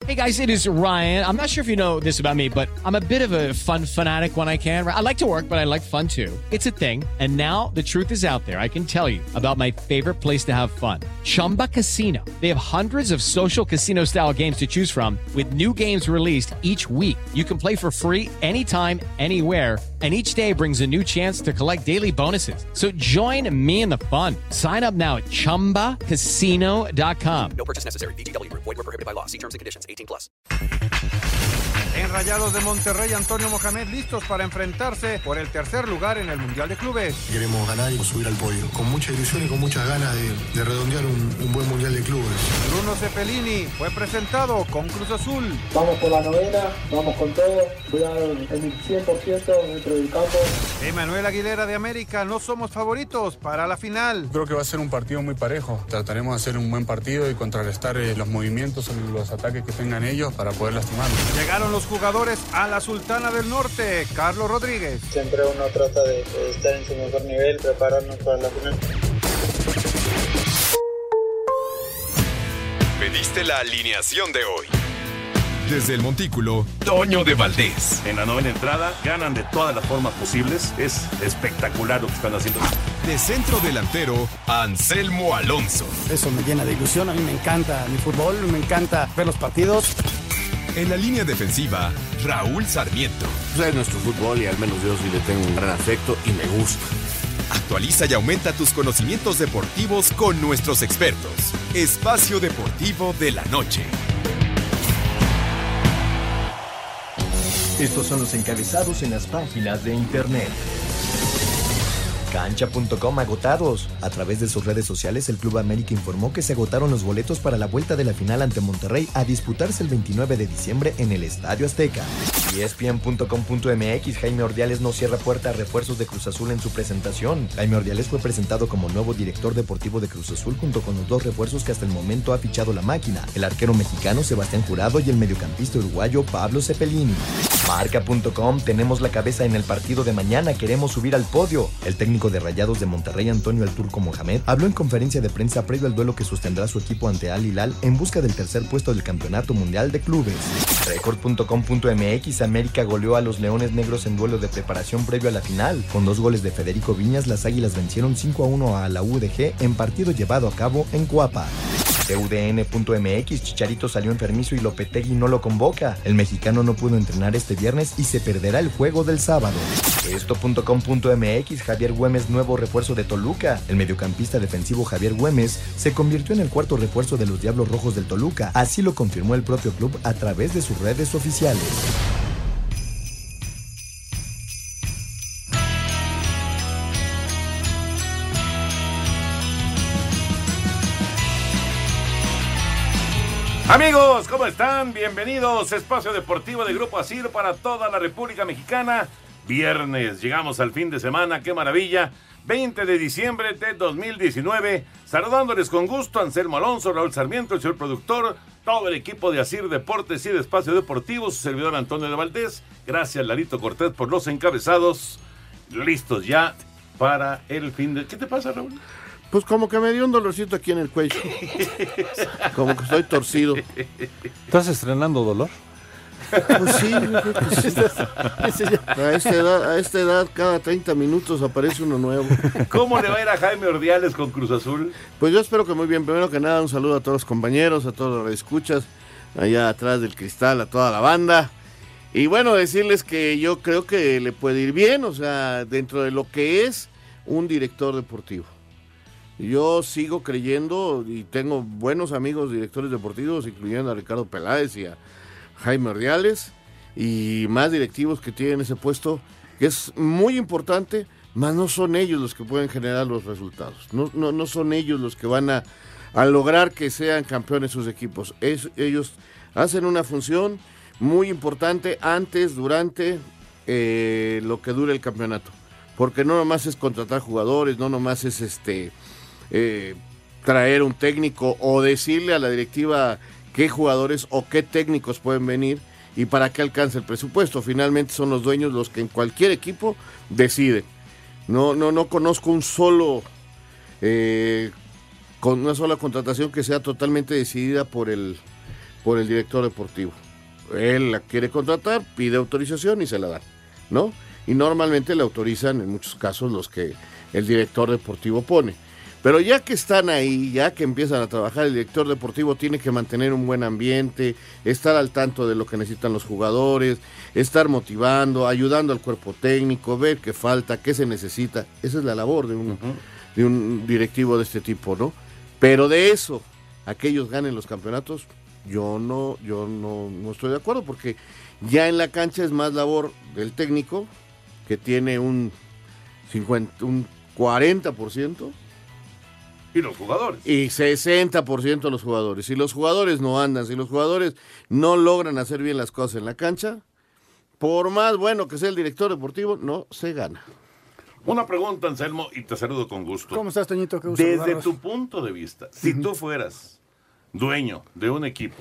Hey guys, it is Ryan. I'm not sure if you know this about me, but I'm a bit of a fun fanatic when I can. I like to work, but I like fun too. It's a thing. And now the truth is out there. I can tell you about my favorite place to have fun. Chumba Casino. They have hundreds of social casino style games to choose from with new games released each week. You can play for free anytime, anywhere. And each day brings a new chance to collect daily bonuses. So join me in the fun. Sign up now at ChumbaCasino.com. No purchase necessary. VGW Group. Void where prohibited by law. See terms and conditions. 18+. En Rayados de Monterrey, Antonio Mohamed listos para enfrentarse por el tercer lugar en el Mundial de Clubes. Queremos ganar y subir al podio. Con mucha ilusión y con muchas ganas de redondear un buen Mundial de Clubes. Bruno Cepelini fue presentado con Cruz Azul. Vamos por la novena, vamos con todo. Voy a dar el 100% dentro del campo. Emanuel Aguilera de América, no somos favoritos para la final. Creo que va a ser un partido muy parejo. Trataremos de hacer un buen partido y contrarrestar los movimientos, los ataques que tengan ellos para poder lastimarlos. Llegaron los jugadores a la Sultana del Norte. Carlos Rodríguez. Siempre uno trata de estar en su mejor nivel, prepararnos para la final. Pediste la alineación de hoy. Desde el Montículo, Toño de Valdés. En la novena entrada, ganan de todas las formas posibles. Es espectacular lo que están haciendo. De centro delantero, Anselmo Alonso. Eso me llena de ilusión. A mí me encanta mi fútbol, me encanta ver los partidos. En la línea defensiva, Raúl Sarmiento. Es nuestro fútbol y al menos yo sí le tengo un gran afecto y me gusta. Actualiza y aumenta tus conocimientos deportivos con nuestros expertos. Espacio Deportivo de la Noche. Estos son los encabezados en las páginas de internet. Cancha.com agotados. A través de sus redes sociales, el Club América informó que se agotaron los boletos para la vuelta de la final ante Monterrey a disputarse el 29 de diciembre en el Estadio Azteca. ESPN.com.mx, Jaime Ordiales no cierra puerta a refuerzos de Cruz Azul en su presentación. Jaime Ordiales fue presentado como nuevo director deportivo de Cruz Azul junto con los dos refuerzos que hasta el momento ha fichado la máquina, el arquero mexicano Sebastián Jurado y el mediocampista uruguayo Pablo Cepelini. Marca.com, tenemos la cabeza en el partido de mañana, queremos subir al podio. El técnico de Rayados de Monterrey, Antonio El Turco Mohamed, habló en conferencia de prensa previo al duelo que sostendrá su equipo ante Al Hilal en busca del tercer puesto del Campeonato Mundial de Clubes. Record.com.mx, América goleó a los Leones Negros en duelo de preparación previo a la final. Con 2 goles de Federico Viñas, las Águilas vencieron 5-1 a la UDG en partido llevado a cabo en Coapa. UDN.mx, Chicharito salió enfermizo y Lopetegui no lo convoca. El mexicano no pudo entrenar este viernes y se perderá el juego del sábado. Esto.com.mx, Javier Güemes, nuevo refuerzo de Toluca. El mediocampista defensivo Javier Güemes se convirtió en el cuarto refuerzo de los Diablos Rojos del Toluca. Así lo confirmó el propio club a través de sus redes oficiales. Amigos, ¿cómo están? Bienvenidos a Espacio Deportivo de Grupo ASIR para toda la República Mexicana. Viernes, llegamos al fin de semana, qué maravilla. 20 de diciembre de 2019. Saludándoles con gusto, Anselmo Alonso, Raúl Sarmiento, el señor productor, todo el equipo de ASIR Deportes y de Espacio Deportivo, su servidor Antonio de Valdés. Gracias, Larito Cortés, por los encabezados. Listos ya para el fin de... ¿Qué te pasa, Raúl? Pues como que me dio un dolorcito aquí en el cuello. Como que estoy torcido. ¿Estás estrenando dolor? Pues sí, yo creo que sí. A esta edad, cada 30 minutos aparece uno nuevo. ¿Cómo le va a ir a Jaime Ordiales con Cruz Azul? Pues yo espero que muy bien. Primero que nada, un saludo a todos los compañeros, a todos los escuchas, allá atrás del cristal, a toda la banda. Y bueno, decirles que yo creo que le puede ir bien, o sea, dentro de lo que es un director deportivo. Yo sigo creyendo y tengo buenos amigos directores deportivos, incluyendo a Ricardo Peláez y a Jaime Ordiales, y más directivos que tienen ese puesto, que es muy importante, mas no son ellos los que pueden generar los resultados. No son ellos los que van a lograr que sean campeones sus equipos. Ellos hacen una función muy importante antes, durante lo que dure el campeonato. Porque no nomás es contratar jugadores, no nomás es traer un técnico o decirle a la directiva qué jugadores o qué técnicos pueden venir y para qué alcanza el presupuesto. Finalmente son los dueños los que en cualquier equipo deciden. No conozco un solo con una sola contratación que sea totalmente decidida por el por el director deportivo. Él la quiere contratar, pide autorización y se la dan, ¿no? Y normalmente le autorizan en muchos casos los que el director deportivo pone. Pero ya que están ahí, ya que empiezan a trabajar, el director deportivo tiene que mantener un buen ambiente, estar al tanto de lo que necesitan los jugadores, estar motivando, ayudando al cuerpo técnico, ver qué falta, qué se necesita. Esa es la labor de un directivo de este tipo, ¿no? Pero de eso, a que ellos ganen los campeonatos, yo no estoy de acuerdo, porque ya en la cancha es más labor del técnico, que tiene un 40%. Y los jugadores. Y 60% los jugadores. Si los jugadores no andan, si los jugadores no logran hacer bien las cosas en la cancha, por más bueno que sea el director deportivo, no se gana. Una pregunta, Anselmo, y te saludo con gusto. ¿Cómo estás, Toñito? Qué gusto Desde saludarlos. tu punto de vista, si tú fueras dueño de un equipo,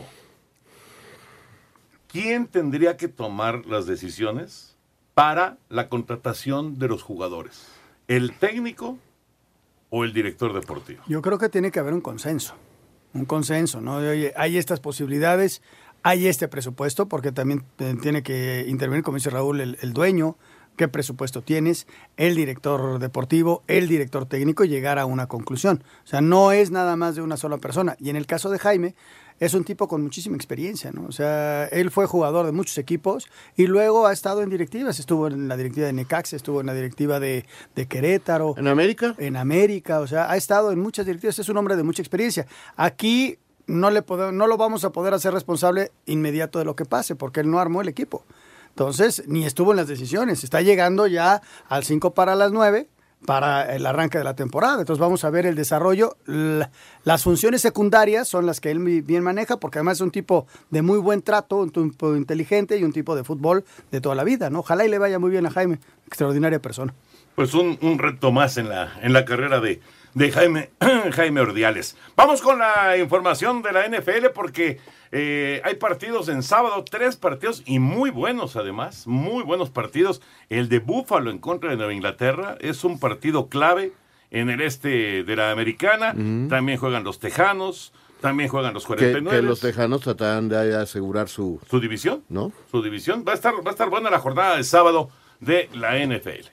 ¿quién tendría que tomar las decisiones para la contratación de los jugadores? ¿El técnico o el director deportivo? Yo creo que tiene que haber un consenso, ¿no? Oye, hay estas posibilidades, hay este presupuesto, porque también tiene que intervenir, como dice Raúl, el dueño, qué presupuesto tienes, el director deportivo, el director técnico, y llegar a una conclusión. O sea, no es nada más de una sola persona. Y en el caso de Jaime, es un tipo con muchísima experiencia, ¿no? O sea, él fue jugador de muchos equipos y luego ha estado en directivas. Estuvo en la directiva de Necaxa, estuvo en la directiva de Querétaro. ¿En América? En América, o sea, ha estado en muchas directivas. Es un hombre de mucha experiencia. Aquí no lo vamos a poder hacer responsable inmediato de lo que pase, porque él no armó el equipo. Entonces, ni estuvo en las decisiones. Está llegando ya al 5 para las 9 para el arranque de la temporada. Entonces vamos a ver el desarrollo. Las funciones secundarias son las que él bien maneja, porque además es un tipo de muy buen trato, un tipo inteligente y un tipo de fútbol de toda la vida, ¿no? Ojalá y le vaya muy bien a Jaime, extraordinaria persona. Pues un reto más en la carrera de Jaime Ordiales. Vamos con la información de la NFL, porque hay partidos en sábado, 3 partidos y muy buenos además, muy buenos partidos. El de Buffalo en contra de Nueva Inglaterra es un partido clave en el este de la Americana. También juegan los Tejanos, también juegan los 49. Que los Tejanos tratan de asegurar su división, ¿no? Su división. Va a estar buena la jornada de sábado de la NFL.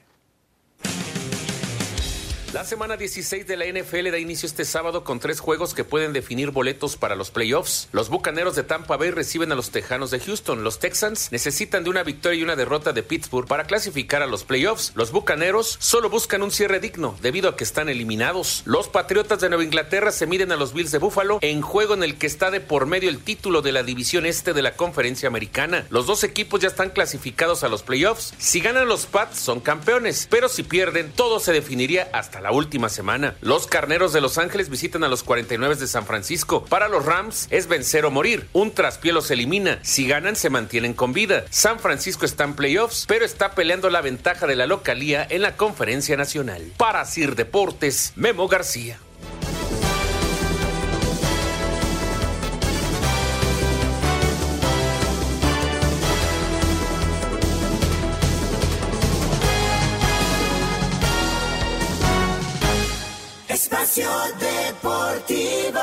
La semana 16 de la NFL da inicio este sábado con 3 juegos que pueden definir boletos para los playoffs. Los Bucaneros de Tampa Bay reciben a los Tejanos de Houston. Los Texans necesitan de una victoria y una derrota de Pittsburgh para clasificar a los playoffs. Los Bucaneros solo buscan un cierre digno debido a que están eliminados. Los Patriotas de Nueva Inglaterra se miden a los Bills de Buffalo en juego en el que está de por medio el título de la división este de la Conferencia Americana. Los dos equipos ya están clasificados a los playoffs. Si ganan los Pats son campeones, pero si pierden todo se definiría hasta la última semana. Los Carneros de Los Ángeles visitan a los 49 de San Francisco. Para los Rams es vencer o morir. Un traspié los elimina. Si ganan se mantienen con vida. San Francisco está en playoffs, pero está peleando la ventaja de la localía en la Conferencia Nacional. Para Sir Deportes, Memo García. Espacio Deportivo.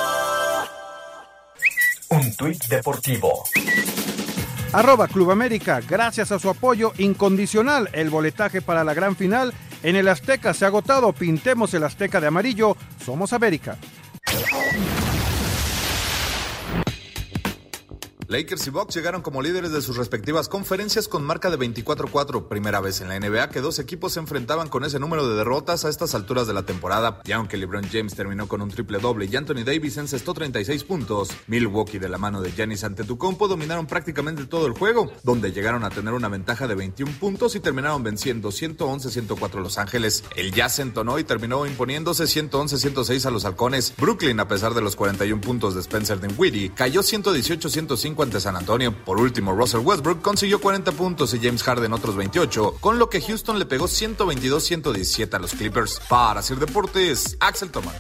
Un tuit deportivo. @Club América, gracias a su apoyo incondicional, el boletaje para la gran final en el Azteca se ha agotado. Pintemos el Azteca de amarillo, somos América. Lakers y Bucks llegaron como líderes de sus respectivas conferencias con marca de 24-4, primera vez en la NBA que dos equipos se enfrentaban con ese número de derrotas a estas alturas de la temporada. Y aunque LeBron James terminó con un triple doble y Anthony Davis encestó 36 puntos, Milwaukee de la mano de Giannis Antetokounmpo dominaron prácticamente todo el juego, donde llegaron a tener una ventaja de 21 puntos y terminaron venciendo 111-104 a Los Ángeles. El Jazz entonó y terminó imponiéndose 111-106 a los Halcones. Brooklyn, a pesar de los 41 puntos de Spencer Dinwiddie, cayó 118-105 ante San Antonio. Por último, Russell Westbrook consiguió 40 puntos y James Harden otros 28, con lo que Houston le pegó 122-117 a los Clippers. Para Sir Deportes, Axel Tomás.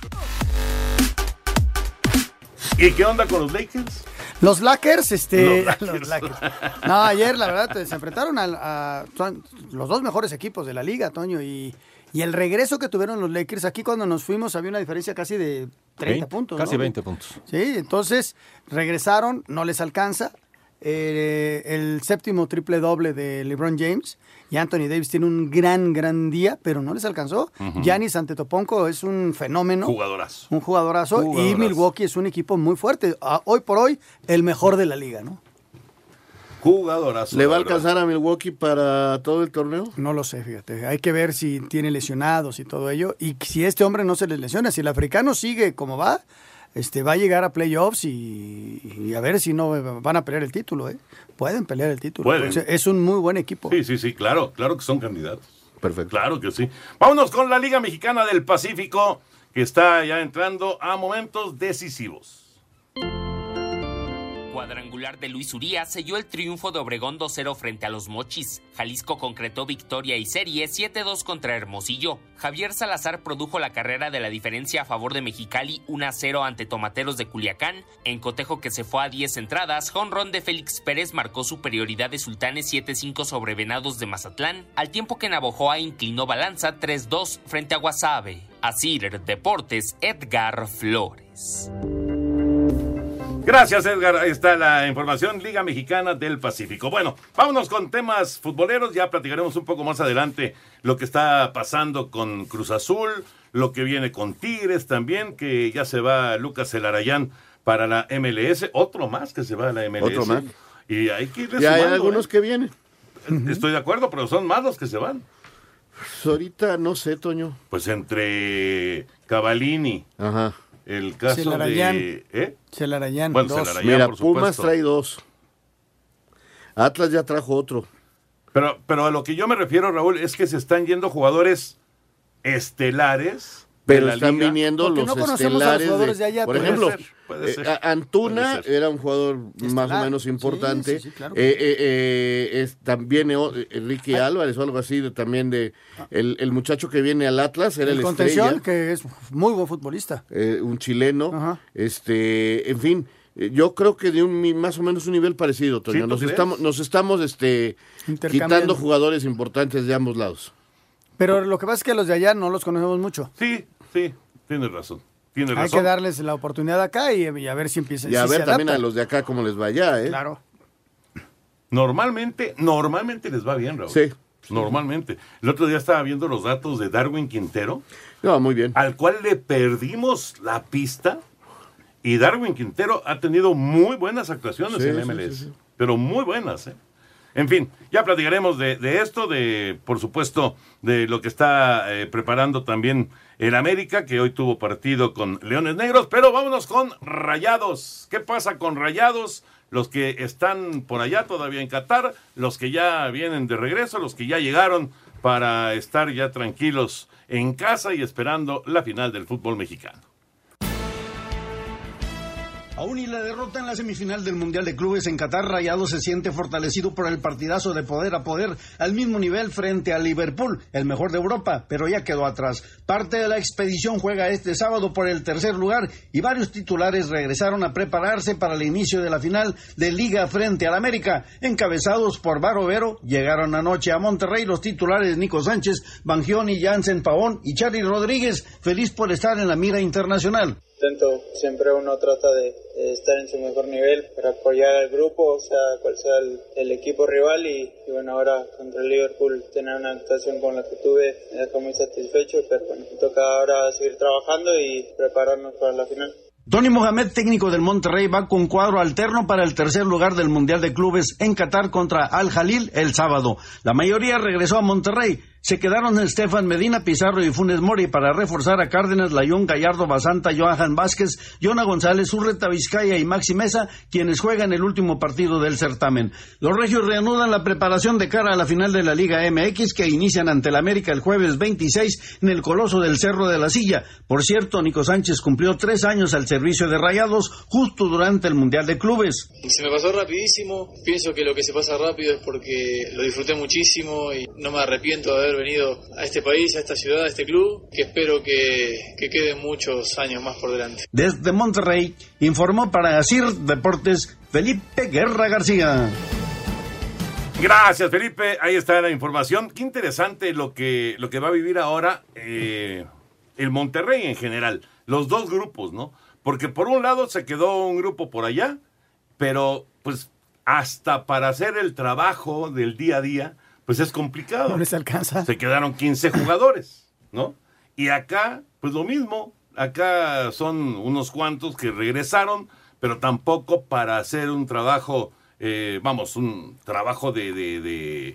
¿Y qué onda con los Lakers? Los Lakers, los Lakers. No, ayer la verdad se enfrentaron a los dos mejores equipos de la liga, Toño, y el regreso que tuvieron los Lakers, aquí cuando nos fuimos había una diferencia casi de 30 puntos. Casi ¿no? 20 puntos. Sí, entonces regresaron, no les alcanza. El séptimo triple doble de LeBron James y Anthony Davis tiene un gran día, pero no les alcanzó. Giannis Antetokounmpo es un fenómeno. Un jugadorazo. Y Milwaukee es un equipo muy fuerte. Hoy por hoy, el mejor de la liga, ¿no? Jugadorazo. ¿Le va a alcanzar a Milwaukee para todo el torneo? No lo sé, fíjate. Hay que ver si tiene lesionados y todo ello. Y si este hombre no se les lesiona, si el africano sigue como va a llegar a playoffs y a ver si no van a pelear el título. Pueden pelear el título. Pueden. Es un muy buen equipo. Sí, claro que son candidatos. Perfecto. Claro que sí. Vámonos con la Liga Mexicana del Pacífico, que está ya entrando a momentos decisivos. Cuadrangular de Luis Urías selló el triunfo de Obregón 2-0 frente a los Mochis. Jalisco concretó victoria y serie 7-2 contra Hermosillo. Javier Salazar produjo la carrera de la diferencia a favor de Mexicali 1-0 ante Tomateros de Culiacán. En cotejo que se fue a 10 entradas, jonrón de Félix Pérez marcó superioridad de Sultanes 7-5 sobre Venados de Mazatlán, al tiempo que Navojoa inclinó balanza 3-2 frente a Guasave. Asir Deportes, Edgar Flores. Gracias, Edgar. Ahí está la información, Liga Mexicana del Pacífico. Bueno, vámonos con temas futboleros. Ya platicaremos un poco más adelante lo que está pasando con Cruz Azul, lo que viene con Tigres también, que ya se va Lucas Elarayán para la MLS. Otro más que se va a la MLS. Otro más. Y hay que irle Ya hay sumando, algunos que vienen. Estoy de acuerdo, pero son más los que se van. Pues ahorita no sé, Toño. Pues entre Cavallini. Ajá. El caso Celarayán. de... Celarayán, bueno, 2. Celarayán, Mira, por Pumas supuesto. trae 2. Atlas ya trajo otro. Pero a lo que yo me refiero, Raúl, es que se están yendo jugadores estelares. Pero de la están liga. viniendo Porque los no conocemos a los estelares. jugadores de allá, por puede ejemplo, ser, puede ser. Antuna Puede ser. era un jugador más o menos importante. Sí, claro. También Enrique Álvarez o algo así, también de el muchacho que viene al Atlas, era el contención, estrella. que es muy buen futbolista. Un chileno. Ajá. En fin, yo creo que de más o menos un nivel parecido, Toño. ¿Sí, tú Nos crees? estamos Intercambiando. quitando jugadores importantes de ambos lados. Pero lo que pasa es que los de allá no los conocemos mucho. Sí, tienes razón. Hay que darles la oportunidad acá y a ver si empiezan. Y a si ver se también adaptan. a los de acá cómo les va allá, ¿eh? Claro. Normalmente les va bien, Raúl. Sí. Normalmente. El otro día estaba viendo los datos de Darwin Quintero, No, muy bien. al cual le perdimos la pista. Y Darwin Quintero ha tenido muy buenas actuaciones Sí, en sí, MLS. sí, sí. Pero muy buenas, ¿eh? En fin, ya platicaremos de esto, por supuesto, de lo que está preparando también el América, que hoy tuvo partido con Leones Negros, pero vámonos con Rayados. ¿Qué pasa con Rayados? Los que están por allá todavía en Qatar, los que ya vienen de regreso, los que ya llegaron para estar ya tranquilos en casa y esperando la final del fútbol mexicano. Aún y la derrota en la semifinal del Mundial de Clubes en Qatar, Rayados se siente fortalecido por el partidazo de poder a poder al mismo nivel frente a Liverpool, el mejor de Europa, pero ya quedó atrás. Parte de la expedición juega este sábado por el tercer lugar y varios titulares regresaron a prepararse para el inicio de la final de Liga frente al América. Encabezados por Barovero, llegaron anoche a Monterrey los titulares Nico Sánchez, Bangioni, Jansen Pavón y Charly Rodríguez, feliz por estar en la mira internacional. Siempre uno trata de estar en su mejor nivel para apoyar al grupo, sea cual sea el equipo rival y bueno, ahora contra el Liverpool tener una actuación con la que tuve me dejó muy satisfecho, pero bueno, toca ahora seguir trabajando y prepararnos para la final. Tony Mohamed, técnico del Monterrey, va con cuadro alterno para el tercer lugar del Mundial de Clubes en Qatar contra Al Jalil el sábado. La mayoría regresó a Monterrey. Se quedaron Estefan Medina, Pizarro y Funes Mori para reforzar a Cárdenas, Layún, Gallardo, Basanta, Johan Vázquez, Yona González, Urreta Vizcaya y Maxi Mesa, quienes juegan el último partido del certamen. Los regios reanudan la preparación de cara a la final de la Liga MX que inician ante el América el jueves 26 en el Coloso del Cerro de la Silla. Por cierto, Nico Sánchez cumplió 3 años al servicio de Rayados justo durante el Mundial de Clubes. Se me pasó rapidísimo, pienso que lo que se pasa rápido es porque lo disfruté muchísimo y no me arrepiento de haber venido a este país, a esta ciudad, a este club, que espero que queden muchos años más por delante. Desde Monterrey, informó para Asir Deportes Felipe Guerra García. Gracias, Felipe. Ahí está la información. Qué interesante lo que va a vivir ahora el Monterrey en general. los dos grupos, ¿no? Porque por un lado se quedó un grupo por allá, pero pues hasta para hacer el trabajo del día a día, pues es complicado. No les alcanza. Se quedaron 15 jugadores, ¿no? Y acá, pues lo mismo. Acá son unos cuantos que regresaron, pero tampoco para hacer un trabajo, un trabajo de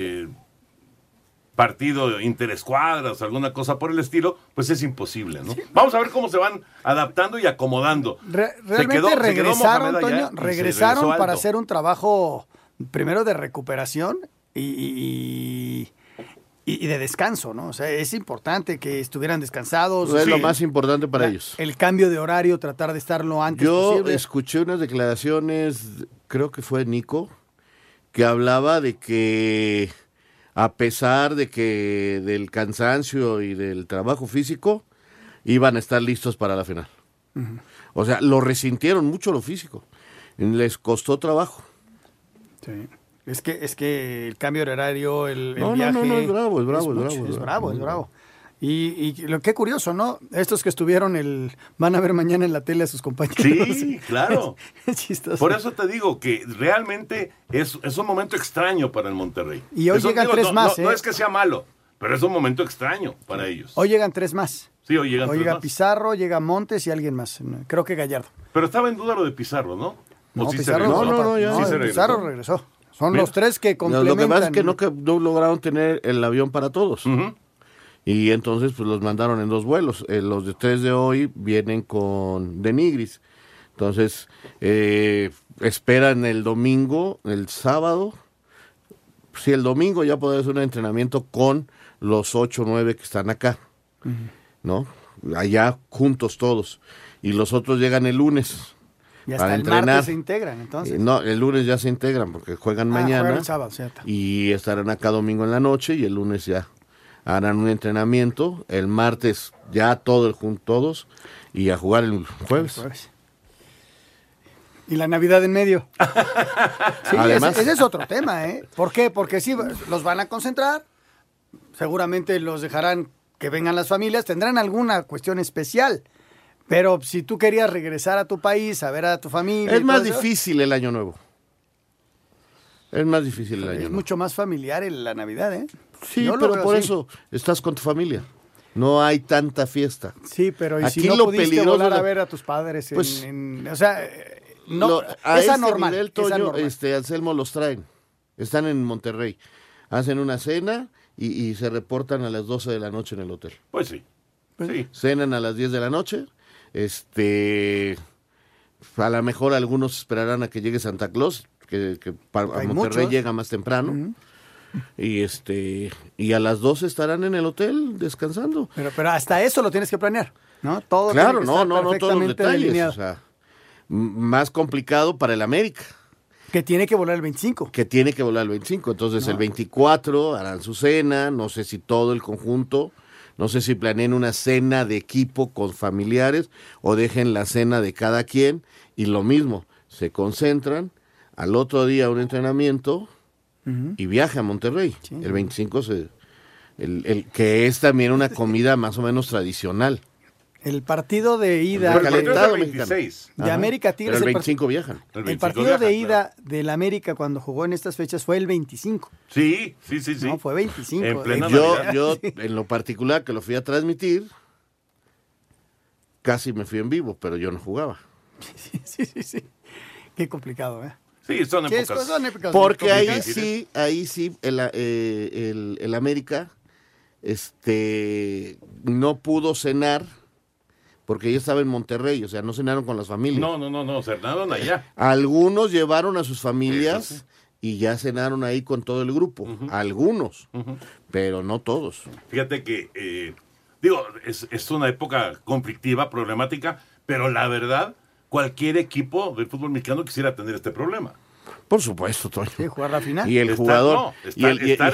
partido interescuadras, alguna cosa por el estilo, pues es imposible, ¿no? Sí. Vamos a ver cómo se van adaptando y acomodando. Realmente regresaron, Toño, regresaron para hacer un trabajo primero de recuperación y de descanso, ¿no? O sea, es importante que estuvieran descansados. Es lo más importante para ellos. El cambio de horario, tratar de estar lo antes posible. Yo escuché unas declaraciones, creo que fue Nico, que hablaba de que a pesar de que del cansancio y del trabajo físico, iban a estar listos para la final. Uh-huh. O sea, lo resintieron mucho lo físico. Les costó trabajo. Sí. Es que el cambio de horario, el viaje... No, es bravo. Es bravo. Y lo que curioso, ¿no? Estos que estuvieron van a ver mañana en la tele a sus compañeros. Sí, claro. Es chistoso. Por eso te digo que realmente es un momento extraño para el Monterrey. Y hoy llegan tres más. No es que sea malo, pero es un momento extraño para ellos. Hoy llegan tres más. Sí, hoy llegan tres más. Llega Pizarro, llega Montes y alguien más. Creo que Gallardo. Pero estaba en duda lo de Pizarro, ¿no? No, Pizarro regresó. Son los tres que complementan. Lo que pasa es que no lograron tener el avión para todos. Uh-huh. Y entonces pues los mandaron en 2 vuelos. Los de 3 de hoy vienen con de Nigris. Entonces esperan el domingo, el sábado. Sí, el domingo ya podrá hacer un entrenamiento con los 8 o 9 que están acá. Uh-huh. ¿No? Allá juntos todos. Y los otros llegan el lunes. Y hasta el martes se integran, entonces. No, el lunes ya se integran porque juegan mañana. Juegan el sábado, cierto. Y estarán acá domingo en la noche y el lunes ya harán un entrenamiento. El martes ya todos y a jugar el jueves. Y la Navidad en medio. Sí, además. Ese es otro tema, ¿eh? ¿Por qué? Porque sí, los van a concentrar. Seguramente los dejarán que vengan las familias. Tendrán alguna cuestión especial. Pero si tú querías regresar a tu país, a ver a tu familia... Es más difícil el Año Nuevo. Es mucho más familiar la Navidad, ¿eh? Sí, pero por eso estás con tu familia. No hay tanta fiesta. Sí, pero ¿y si no pudiste volar a ver a tus padres? Pues, o sea, no, es anormal. Nivel, Toño, Anselmo los traen. Están en Monterrey. Hacen una cena y se reportan a las 12 de la noche en el hotel. Pues sí. Sí. Cenan a las 10 de la noche. A lo mejor algunos esperarán a que llegue Santa Claus, que para Monterrey llega más temprano. Uh-huh. Y a las 12 estarán en el hotel descansando. Pero hasta eso lo tienes que planear, ¿no? Todo claro, no todos los detalles. O sea, más complicado para el América. Que tiene que volar el 25. Entonces el 24 harán su cena, no sé si todo el conjunto. No sé si planeen una cena de equipo con familiares o dejen la cena de cada quien y lo mismo, se concentran, al otro día un entrenamiento uh-huh. y viaje a Monterrey. Sí. El 25 que es también una comida más o menos tradicional. El partido de ida calentado el 26 de América Tigres. Pero el 25 viajan. El partido de ida del América cuando jugó en estas fechas fue el 25. Sí. No, fue 25. Yo en lo particular que lo fui a transmitir, casi me fui en vivo, pero yo no jugaba. Sí. Qué complicado, ¿eh? Sí, son épocas. Porque ahí sí el América no pudo cenar. Porque yo estaba en Monterrey, o sea, no cenaron con las familias. No, cenaron allá. Algunos llevaron a sus familias y ya cenaron ahí con todo el grupo. Uh-huh. Algunos, uh-huh. Pero no todos. Fíjate que, es una época conflictiva, problemática, pero la verdad, cualquier equipo del fútbol mexicano quisiera tener este problema. Por supuesto, Toño. Sí, jugar la final. Y el jugador... Estar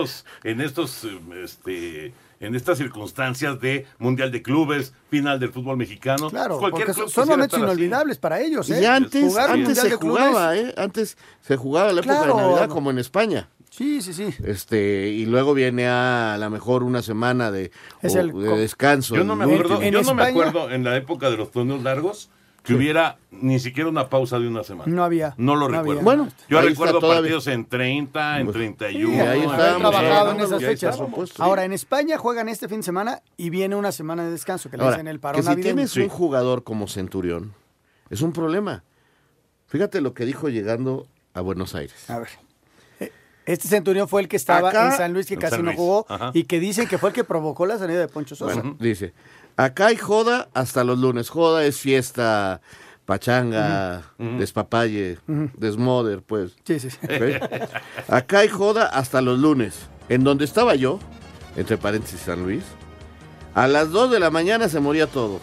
en estas circunstancias de Mundial de Clubes, final del fútbol mexicano. Claro, porque son momentos inolvidables para ellos. Y antes se jugaba, Antes se jugaba la época de Navidad como en España. Sí. Y luego viene a lo mejor una semana de descanso. Yo no me acuerdo en la época de los torneos largos que hubiera ni siquiera una pausa de una semana. No había. No lo recuerdo. Bueno, yo recuerdo partidos en 30, en 31. Sí, ahí trabajado en esas fechas. Ahora, en España juegan este fin de semana y viene una semana de descanso, que le dicen el parón navideño. Si tienes un jugador como Centurión, es un problema. Fíjate lo que dijo llegando a Buenos Aires. A ver. Este Centurión fue el que estaba en San Luis, que casi no jugó, y que dicen que fue el que provocó la salida de Poncho Sosa. Bueno, dice, acá hay joda hasta los lunes. Joda es fiesta, pachanga, despapalle, desmoder, pues. Sí. ¿Okay? Acá hay joda hasta los lunes. En donde estaba yo, entre paréntesis San Luis, a las 2 de la mañana se moría todo.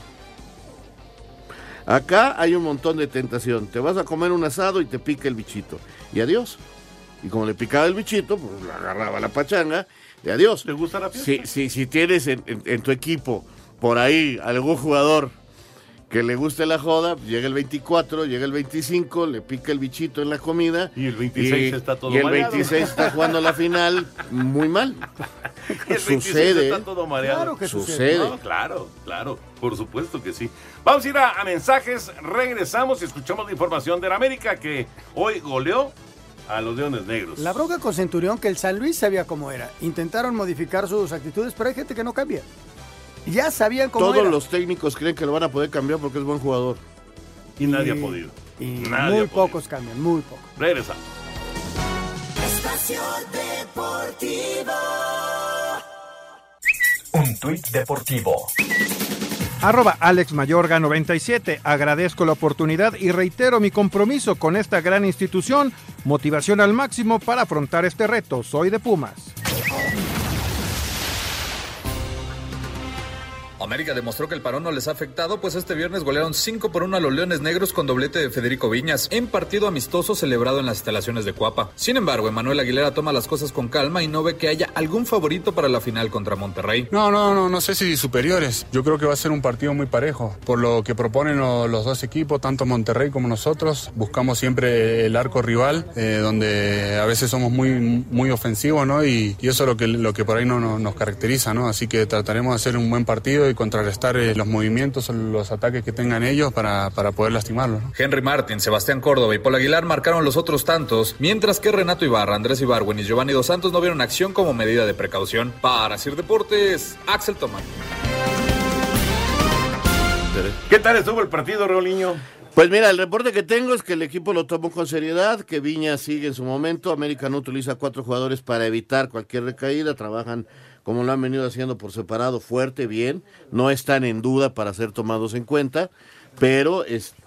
Acá hay un montón de tentación. Te vas a comer un asado y te pica el bichito. Y adiós. Y como le picaba el bichito, pues le agarraba la pachanga y adiós. ¿Te gusta la fiesta? Si tienes en tu equipo por ahí algún jugador que le guste la joda, llega el 24, llega el 25, le pica el bichito en la comida. Y el 26 está todo mareado. Y el mareado. 26 está jugando la final muy mal. Y el 26 sucede. Está todo mareado. Claro que sucede. No, claro, por supuesto que sí. Vamos a ir a mensajes, regresamos y escuchamos la información de la América que hoy goleó a los Leones Negros. La bronca con Centurión, que el San Luis sabía cómo era. Intentaron modificar sus actitudes, pero hay gente que no cambia. Ya sabían cómo era. Todos los técnicos creen que lo van a poder cambiar porque es buen jugador. Y nadie ha podido. Y Nadie muy pocos cambian, muy pocos. Regresamos. Espacio Deportivo. Un tuit deportivo. @AlexMayorga97. Agradezco la oportunidad y reitero mi compromiso con esta gran institución. Motivación al máximo para afrontar este reto. Soy de Pumas. América demostró que el parón no les ha afectado, pues este viernes golearon 5-1 a los Leones Negros con doblete de Federico Viñas, en partido amistoso celebrado en las instalaciones de Cuapa. Sin embargo, Emanuel Aguilera toma las cosas con calma y no ve que haya algún favorito para la final contra Monterrey. No sé si superiores. Yo creo que va a ser un partido muy parejo, por lo que proponen los dos equipos, tanto Monterrey como nosotros. Buscamos siempre el arco rival, donde a veces somos muy ofensivos, ¿no? Y eso es lo que por ahí nos caracteriza, ¿no? Así que trataremos de hacer un buen partido y contrarrestar los movimientos o los ataques que tengan ellos para poder lastimarlos, ¿no? Henry Martin, Sebastián Córdoba y Paul Aguilar marcaron los otros tantos, mientras que Renato Ibarra, Andrés Ibargüen y Giovanni Dos Santos no vieron acción como medida de precaución. Para Sir Deportes, Axel Tomás. ¿Qué tal estuvo el partido, Roliño? Pues mira, el reporte que tengo es que el equipo lo tomó con seriedad, que Viña sigue en su momento. América no utiliza 4 jugadores para evitar cualquier recaída, trabajan como lo han venido haciendo por separado, fuerte, bien, no están en duda para ser tomados en cuenta, pero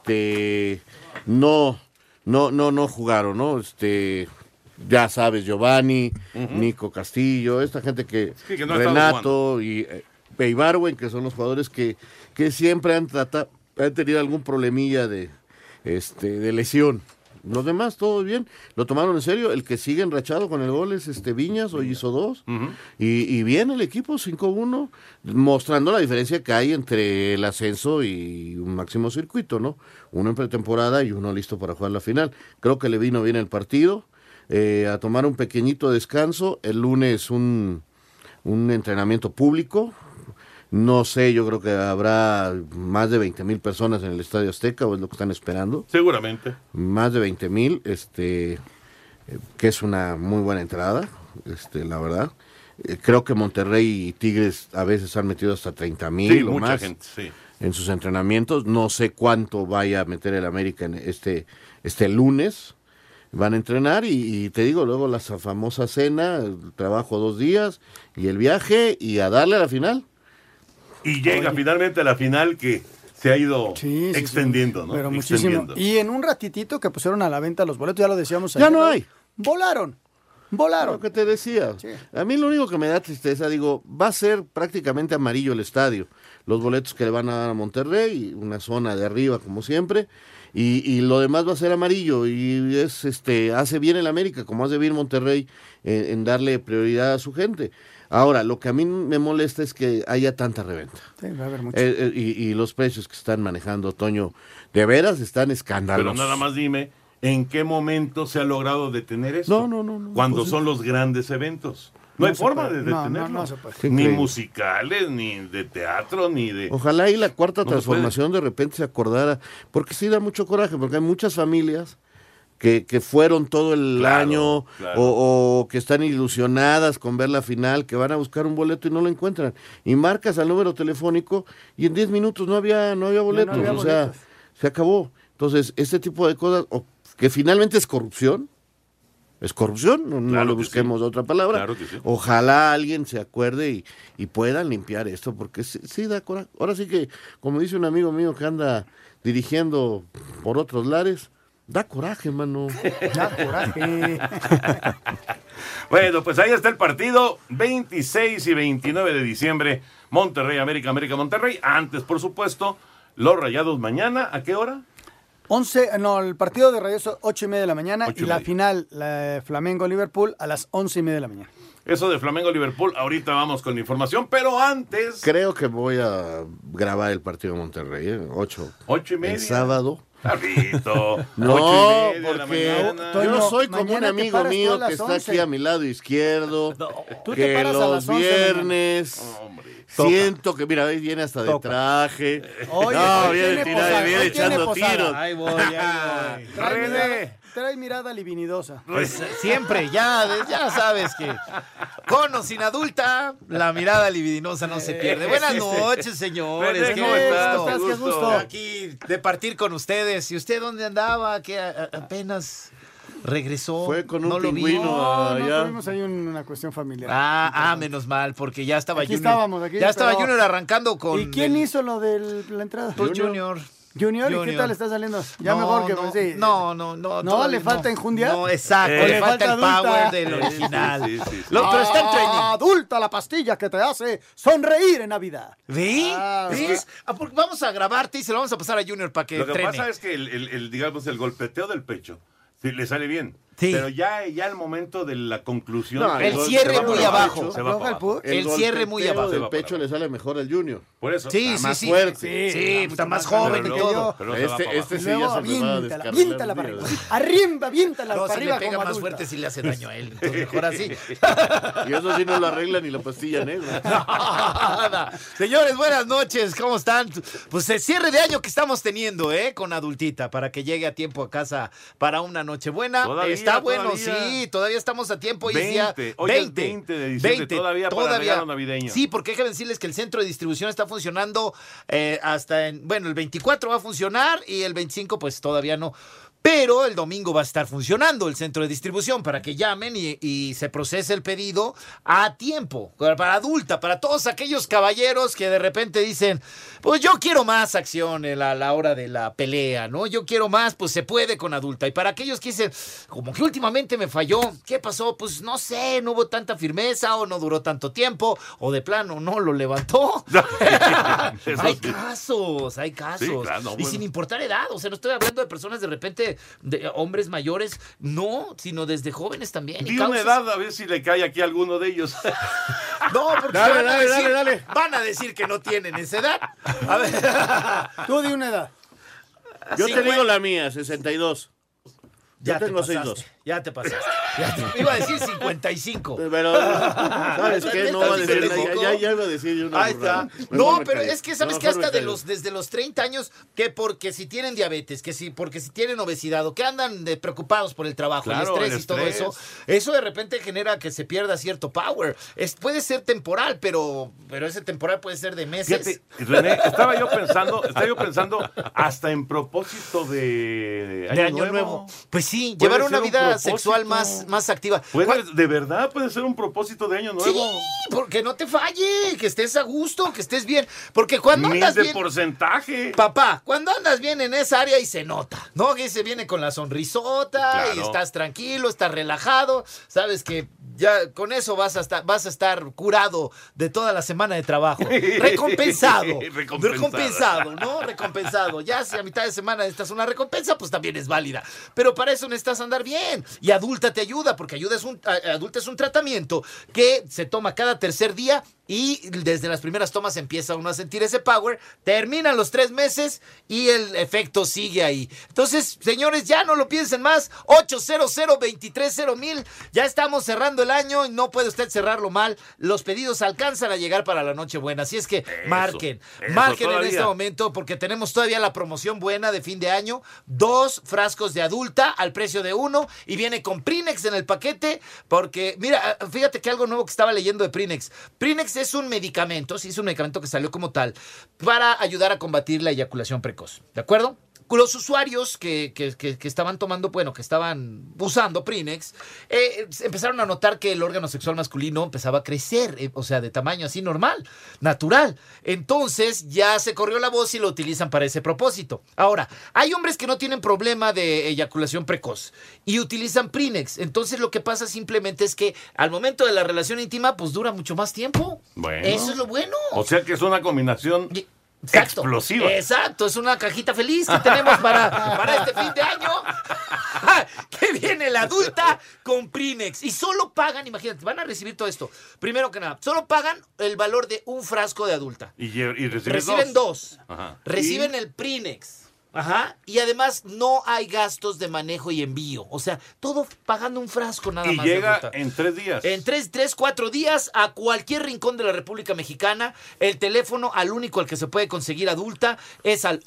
no jugaron, ¿no? Ya sabes, Giovanni, Nico Castillo, esta gente que no Renato y Ibargüen, que son los jugadores que siempre han tenido algún problemilla de lesión. Los demás, todo bien, lo tomaron en serio. El que sigue enrachado con el gol es Viñas, hoy hizo 2. Y bien el equipo, 5-1, mostrando la diferencia que hay entre el ascenso y un máximo circuito, ¿no? Uno en pretemporada y uno listo para jugar la final. Creo que le vino bien el partido, a tomar un pequeñito descanso. El lunes un entrenamiento público. No sé, yo creo que habrá más de 20,000 personas en el Estadio Azteca, o es lo que están esperando. Seguramente. Más de 20,000, que es una muy buena entrada, la verdad. Creo que Monterrey y Tigres a veces han metido hasta 30,000 o mucha más gente, sí. En sus entrenamientos. No sé cuánto vaya a meter el América en este lunes. Van a entrenar y te digo, luego la famosa cena, el trabajo 2 días y el viaje y a darle a la final. Y llega finalmente a la final que se ha ido extendiendo, ¿no? Pero muchísimo. Y en un ratitito que pusieron a la venta los boletos, ya lo decíamos Ya ayer, no hay. Volaron. Lo que te decía. Sí. A mí lo único que me da tristeza, va a ser prácticamente amarillo el estadio. Los boletos que le van a dar a Monterrey, una zona de arriba como siempre, y lo demás va a ser amarillo. Y es hace bien el América, como hace bien Monterrey, en darle prioridad a su gente. Ahora, lo que a mí me molesta es que haya tanta reventa. Sí, va a haber mucho. Y los precios que están manejando, Toño, de veras están escandalosos. Pero nada más dime, ¿En qué momento se ha logrado detener esto? No. Cuando Pues, son los grandes eventos. No hay forma de detenerlo. No se puede. Ni musicales, ni de teatro, ni de... Ojalá y la cuarta No se transformación de repente se acordara, porque sí da mucho coraje, porque hay muchas familias que fueron todo el año o que están ilusionadas con ver la final, que van a buscar un boleto y no lo encuentran. Y marcas al número telefónico y en 10 minutos no había boletos, sea, se acabó. Entonces, este tipo de cosas, que finalmente es corrupción, no le busquemos otra palabra. Claro que sí. Ojalá alguien se acuerde y puedan limpiar esto, porque sí da coraje. Ahora sí que, como dice un amigo mío que anda dirigiendo por otros lares, da coraje, mano. Da coraje. Bueno, pues ahí está el partido, 26 y 29 de diciembre, Monterrey, América, Monterrey. Antes, por supuesto, los Rayados mañana, ¿a qué hora? El partido de Rayados 8:30 de la mañana y la 8:30. final, la Flamengo-Liverpool, a las 11:30 de la mañana. Eso de Flamengo-Liverpool, ahorita vamos con la información, pero antes... Creo que voy a grabar el partido de Monterrey, 8:30. El sábado. Carlito, No, 8:30 de la porque mañana. yo soy como un mañana te amigo paras mío todas que las está 11. aquí a mi lado izquierdo, Tú te que paras a los las 11 viernes siento que, mira, viene hasta de traje. Oye, no, hoy viene tiene tirado, posada, viene hoy tiene echando posada. tiros. Ahí voy. Trae mirada libidinosa. Pues siempre, ya sabes que con o sin adulta, la mirada libidinosa no se pierde. Buenas noches, señores. René, Qué ¿cómo estás? gusto. Qué gusto. Aquí de partir con ustedes. ¿Y usted dónde andaba? Que apenas regresó. Fue con un no lo vi. pingüino No, allá. tuvimos ahí una cuestión familiar. Menos mal, porque ya estaba Aquí Junior. estábamos, aquí, ya estaba pero- Junior arrancando con. ¿Y quién hizo lo de la entrada? Pues Junior. Junior, ¿y qué tal está saliendo? Ya mejor que sí. No, ¿No le falta enjundia? No, exacto. Le falta el adulta. power del original. Sí. Pero está en training. Adulta, la pastilla que te hace sonreír en Navidad. ¿Ves? Porque vamos a grabarte y se lo vamos a pasar a Junior para que Lo que entrene. pasa es que digamos, el golpeteo del pecho, sí, le sale bien. Sí. Pero ya el momento de la conclusión... No, el gol- cierre se va muy para abajo. Se va para abajo. El cierre muy golpeteo abajo. del pecho le sale mejor al Junior. Por eso. Sí, Está más sí. fuerte. Sí, está más joven y Pero todo. Pero se va para abajo. Este sí ya se me va a descarrilar Aviéntala un para día. arriba. Arriba, aviéntala No, para si arriba le pega como más adulta. fuerte si le hace daño a él. Entonces mejor así. Y eso sí no lo arregla ni la pastilla negra. Nada. Señores, buenas noches. ¿Cómo están? Pues el cierre de año que estamos teniendo, con adultita, para que llegue a tiempo a casa para una noche buena. Todavía, Está bueno, todavía. sí. Todavía estamos a tiempo. Hoy 20. es día Hoy es 20 de diciembre, todavía para regalo navideño. Sí, porque hay que decirles que el centro de distribución está funcionando hasta el 24 va a funcionar y el 25 pues todavía no. Pero el domingo va a estar funcionando el centro de distribución para que llamen y se procese el pedido a tiempo, para adulta, para todos aquellos caballeros que de repente dicen, pues yo quiero más acción a la hora de la pelea, ¿no? Yo quiero más, pues se puede con adulta. Y para aquellos que dicen, como que últimamente me falló, ¿qué pasó? Pues no sé, no hubo tanta firmeza o no duró tanto tiempo o de plano no lo levantó. Hay casos. Sí, claro, no, y bueno. sin importar edad, o sea, no estoy hablando de personas de repente, de hombres mayores, no, sino desde jóvenes también. Di una edad, a ver si le cae aquí a alguno de ellos. No, porque Dale. van a decir que no tienen esa edad. A ver. Tú di una edad. Yo te digo la mía, 62. Ya Yo tengo te pasaste. 6'2". Ya te pasaste. Iba a decir 55. Pero, ¿sabes qué? No va a decir nada. Ya iba a decir yo una Ahí está. burrada. No, Mejor me pero callo. es que sabes No, que mejor hasta me callo. desde los 30 años, que porque si tienen diabetes, porque si tienen obesidad, o que andan preocupados por el trabajo, Claro, el estrés el y todo estrés. eso de repente genera que se pierda cierto power. Puede ser temporal, pero ese temporal puede ser de meses. Fíjate, René, estaba yo pensando hasta en propósito de Año Nuevo. Pues sí, Puede llevar una ser un vida propósito. sexual más activa. ¿De verdad puede ser un propósito de Año Nuevo? Sí, porque no te falle, que estés a gusto, que estés bien. Porque cuando Ni andas de bien... porcentaje. Papá, cuando andas bien en esa área y se nota, ¿no? Que se viene con la sonrisota Claro. y estás tranquilo, estás relajado, sabes que ya con eso vas a estar curado de toda la semana de trabajo. Recompensado. Recompensado, ¿no? Recompensado. Ya si a mitad de semana necesitas una recompensa, pues también es válida. Pero para eso necesitas andar bien. Y adulta te ayuda, porque adulta es un tratamiento que se toma cada tercer día y desde las primeras tomas empieza uno a sentir ese power, terminan los 3 meses y el efecto sigue ahí. Entonces, señores, ya no lo piensen más, 800-230-1000, ya estamos cerrando el año y no puede usted cerrarlo mal, los pedidos alcanzan a llegar para la Nochebuena, así es que marquen en este momento porque tenemos todavía la promoción buena de fin de año, 2 frascos de adulta al precio de 1 y viene con Prinex en el paquete, porque mira, fíjate que algo nuevo que estaba leyendo de Prinex es un medicamento, sí, es un medicamento que salió como tal para ayudar a combatir la eyaculación precoz, ¿de acuerdo? Los usuarios que estaban tomando, bueno, que estaban usando Prinex, empezaron a notar que el órgano sexual masculino empezaba a crecer, o sea, de tamaño así normal, natural. Entonces ya se corrió la voz y lo utilizan para ese propósito. Ahora, hay hombres que no tienen problema de eyaculación precoz y utilizan Prinex. Entonces lo que pasa simplemente es que al momento de la relación íntima, pues dura mucho más tiempo. Bueno. Eso es lo bueno. O sea que es una combinación... Exacto, explosiva. Exacto, es una cajita feliz que tenemos para este fin de año. Que viene la adulta con Prinex. Y solo pagan, imagínate, van a recibir todo esto. Primero que nada, solo pagan el valor de un frasco de adulta. Y reciben 2. Ajá. Reciben el Prinex. Ajá. Y además no hay gastos de manejo y envío. O sea, todo pagando un frasco nada más. Y llega en 3 días. En 4 días a cualquier rincón de la República Mexicana. El teléfono al único al que se puede conseguir adulta es al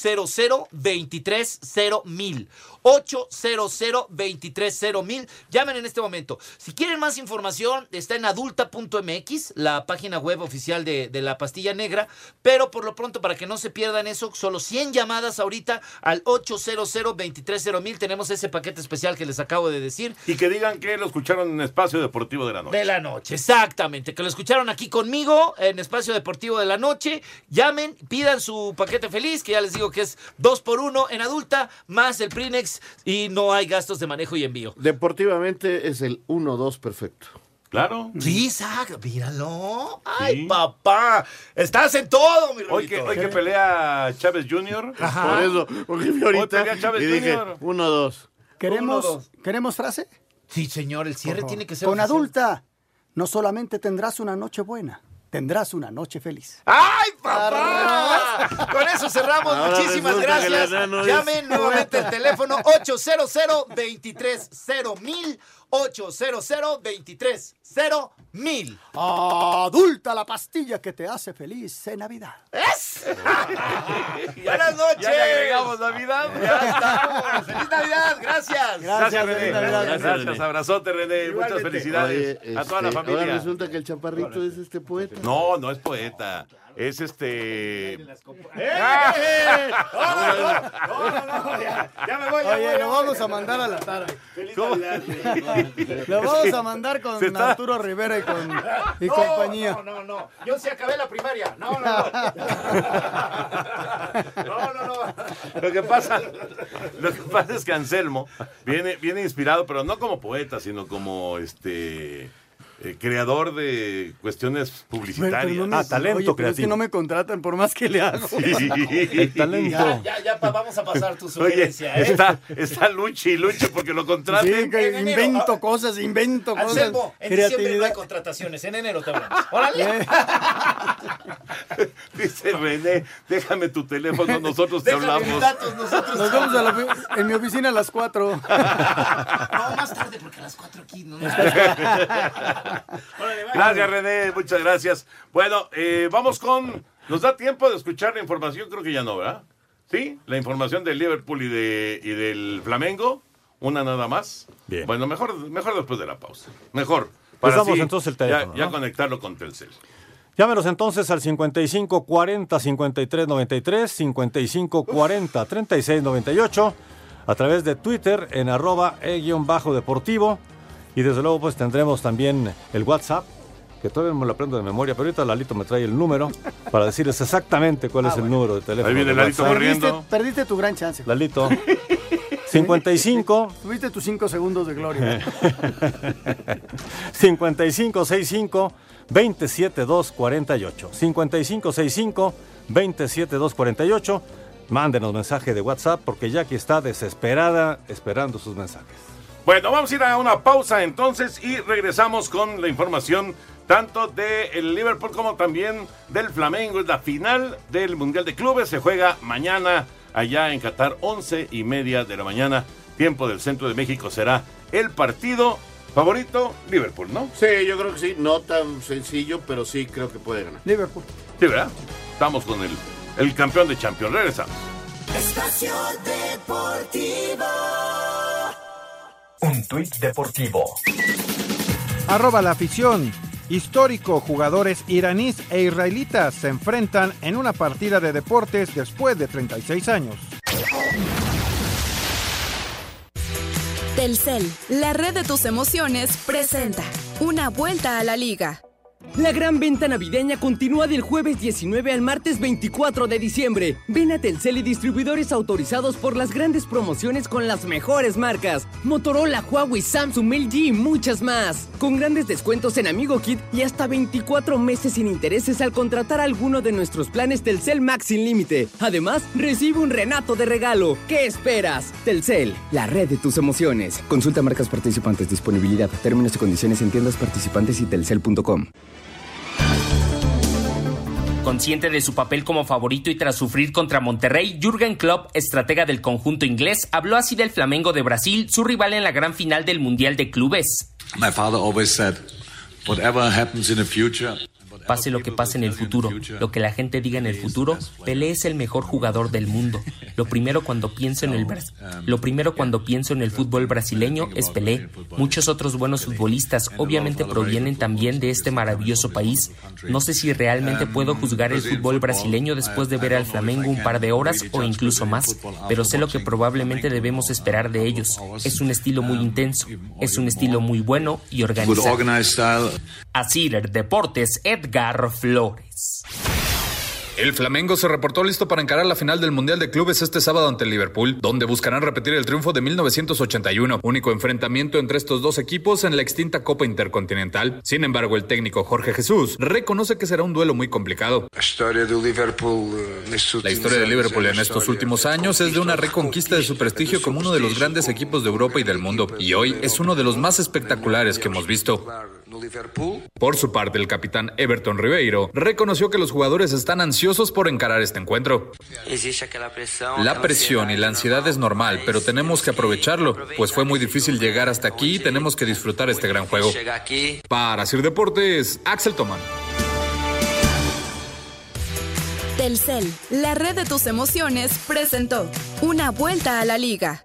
800-230-1000. 800-230-1000. Llamen en este momento. Si quieren más información, está en adulta.mx, la página web oficial de la pastilla negra. Pero por lo pronto, para que no se pierdan eso, solo 100 llamadas ahorita al 800-230-1000. Tenemos ese paquete especial que les acabo de decir. Y que digan que lo escucharon en Espacio Deportivo de la Noche. De la noche, exactamente. Que lo escucharon aquí conmigo en Espacio Deportivo de la Noche. Llamen, pidan su paquete feliz, que ya les digo que es 2x1 en adulta, más el Prinex y no hay gastos de manejo y envío. Deportivamente es el 1-2 perfecto. Claro. Sí, exacto. Míralo. Ay, sí. Papá. Estás en todo, mi Rolito. Hoy que pelea Chávez Jr. Ajá. Por eso, porque vi ahorita y dije 1-2. ¿Queremos frase? Sí, señor. El cierre tiene que ser con oficial. Adulta, no solamente tendrás una noche buena, tendrás una noche feliz. ¡Ay, papá! Con eso cerramos. Ahora muchísimas gracias. Llamen nuevamente el teléfono 800-230-1000. 800-230-1000. Adulta, la pastilla que te hace feliz en Navidad. ¡Es! Buenas noches. Ya le agregamos Navidad. Ya estamos. ¡Feliz Navidad! Gracias. Gracias, René. Gracias. Abrazote, René. Igualmente. Muchas felicidades. Oye, a toda la familia. Ahora resulta que el chaparrito es poeta. No, no es poeta. Es No, ya me voy. Oye, lo vamos a mandar a la tarde. Feliz Navidad. Lo vamos a mandar con Arturo Rivera y compañía. No. Yo sí acabé la primaria. No. Lo que pasa es que Anselmo viene inspirado, pero no como poeta, sino como creador de cuestiones publicitarias. Talento creativo. Es que no me contratan por más que le hago. Sí. El talento. Ya, vamos a pasar tu sugerencia. Oye, está Luchi porque lo contraten. Sí, que invento cosas. Anselmo, en diciembre no hay contrataciones, en enero te hablamos. ¡Órale! Dice René, déjame tu teléfono, nosotros te hablamos. Mis datos, nosotros nos vemos en mi oficina a las 4. No, más tarde, porque a las 4 aquí no. Gracias, René, muchas gracias. Bueno, vamos con... ¿Nos da tiempo de escuchar la información? Creo que ya no, ¿verdad? ¿Sí? La información del Liverpool y del Flamengo. Una nada más. Bien. Bueno, mejor después de la pausa. Mejor. Pues damos entonces el teléfono. Ya conectarlo con Telcel. Llámenos entonces al 5540-5393, 5540-3698, a través de Twitter en @e_deportivo. Y desde luego pues tendremos también el WhatsApp, que todavía no me lo aprendo de memoria, pero ahorita Lalito me trae el número para decirles exactamente cuál es el número de teléfono. Ahí viene Lalito corriendo. Perdiste tu gran chance. Lalito. 55. Tuviste tus 5 segundos de gloria. 5565-27248. 5565-27248. Mándenos mensaje de WhatsApp porque Jackie está desesperada esperando sus mensajes. Bueno, vamos a ir a una pausa entonces y regresamos con la información tanto del Liverpool como también del Flamengo. Es la final del Mundial de Clubes, se juega mañana allá en Qatar, 11:30 de la mañana, tiempo del centro de México, será el partido. Favorito, Liverpool, ¿no? Sí, yo creo que sí, no tan sencillo, pero sí creo que puede ganar. Liverpool. Sí, ¿verdad? Estamos con el campeón de Champions. Regresamos. Espacio Deportivo. Un tuit deportivo. @la afición. Histórico, jugadores iraníes e israelitas se enfrentan en una partida de deportes después de 36 años. Telcel, la red de tus emociones, presenta Una vuelta a la liga. La gran venta navideña continúa del jueves 19 al martes 24 de diciembre. Ven a Telcel y distribuidores autorizados por las grandes promociones con las mejores marcas: Motorola, Huawei, Samsung, LG y muchas más. Con grandes descuentos en Amigo Kit y hasta 24 meses sin intereses al contratar alguno de nuestros planes Telcel Max sin límite. Además, recibe un Renato de regalo. ¿Qué esperas? Telcel, la red de tus emociones. Consulta marcas participantes, disponibilidad, términos y condiciones en tiendas participantes y telcel.com. Consciente de su papel como favorito y tras sufrir contra Monterrey, Jürgen Klopp, estratega del conjunto inglés, habló así del Flamengo de Brasil, su rival en la gran final del Mundial de Clubes. My father always said, whatever happens in the future, Pase lo que pase en el futuro, lo que la gente diga en el futuro, Pelé es el mejor jugador del mundo. Lo primero cuando pienso en el fútbol brasileño es Pelé. Muchos otros buenos futbolistas obviamente provienen también de este maravilloso país. No sé si realmente puedo juzgar el fútbol brasileño después de ver al Flamengo un par de horas o incluso más, pero sé lo que probablemente debemos esperar de ellos. Es un estilo muy intenso, es un estilo muy bueno y organizado. Así, Deportes, Edgar Flores. El Flamengo se reportó listo para encarar la final del Mundial de Clubes este sábado ante el Liverpool, donde buscarán repetir el triunfo de 1981, único enfrentamiento entre estos dos equipos en la extinta Copa Intercontinental. Sin embargo, el técnico Jorge Jesús reconoce que será un duelo muy complicado. La historia de Liverpool en estos últimos años es de una reconquista de su prestigio como uno de los grandes equipos de Europa y del mundo, y hoy es uno de los más espectaculares que hemos visto. Por su parte, el capitán Everton Ribeiro reconoció que los jugadores están ansiosos por encarar este encuentro. La presión y la ansiedad es normal, pero tenemos que aprovecharlo, pues fue muy difícil llegar hasta aquí y tenemos que disfrutar este gran juego. Para Sir Deportes, Axel Tomán. Telcel, la red de tus emociones, presentó Una vuelta a la liga.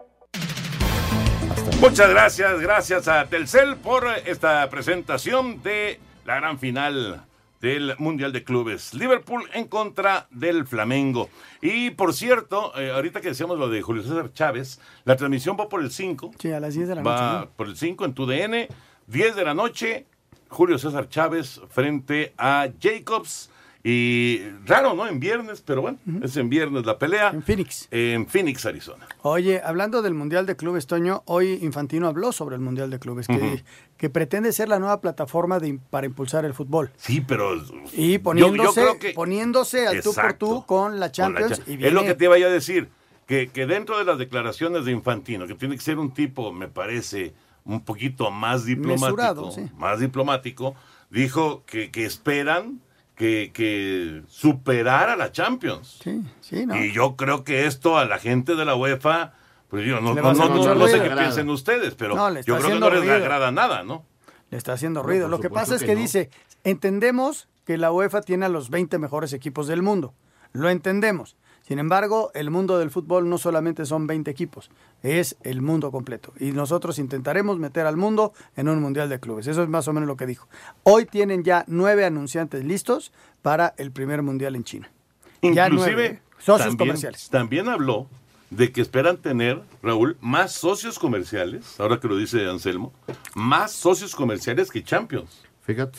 Muchas gracias a Telcel por esta presentación de la gran final del Mundial de Clubes. Liverpool en contra del Flamengo. Y por cierto, ahorita que decíamos lo de Julio César Chávez, la transmisión va por el 5. Sí, a las 10 de la noche. Va por el 5 en TUDN, 10 de la noche, Julio César Chávez frente a Jacobs. Y raro, ¿no? En viernes, pero bueno, es en viernes la pelea. En Phoenix. En Phoenix, Arizona. Oye, hablando del Mundial de Clubes, Toño, hoy Infantino habló sobre el Mundial de Clubes, que pretende ser la nueva plataforma para impulsar el fútbol. Sí, pero... Y poniéndose al tú por tú con la Champions. Es lo que te iba a decir, que dentro de las declaraciones de Infantino, que tiene que ser un tipo, me parece, un poquito más diplomático, mesurado, sí. Más diplomático, dijo que esperan que superara la Champions. Sí, ¿no? Y yo creo que esto a la gente de la UEFA, pues yo no sé qué piensen ustedes, pero yo creo que no les agrada nada, ¿no? Le está haciendo ruido. Lo que pasa es que dice, entendemos que la UEFA tiene a los 20 mejores equipos del mundo. Lo entendemos. Sin embargo, el mundo del fútbol no solamente son 20 equipos, es el mundo completo. Y nosotros intentaremos meter al mundo en un Mundial de Clubes. Eso es más o menos lo que dijo. Hoy tienen ya 9 anunciantes listos para el primer Mundial en China. Inclusive, ya 9 socios comerciales. También habló de que esperan tener, Raúl, más socios comerciales, ahora que lo dice Anselmo, más socios comerciales que Champions. Fíjate.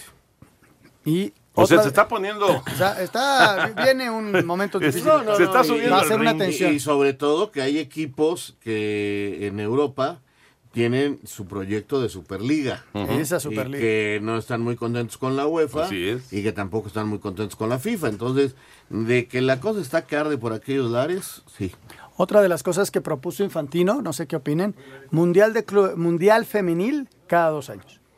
O sea, se está poniendo... Viene un momento difícil. Se está subiendo. Va a ser una tensión. Y sobre todo que hay equipos que en Europa tienen su proyecto de Superliga. Esa Superliga. Y que no están muy contentos con la UEFA. Así es. Y que tampoco están muy contentos con la FIFA. Entonces, de que la cosa está que arde por aquellos lares, sí. Otra de las cosas que propuso Infantino, no sé qué opinen, Mundial femenil cada 2 años.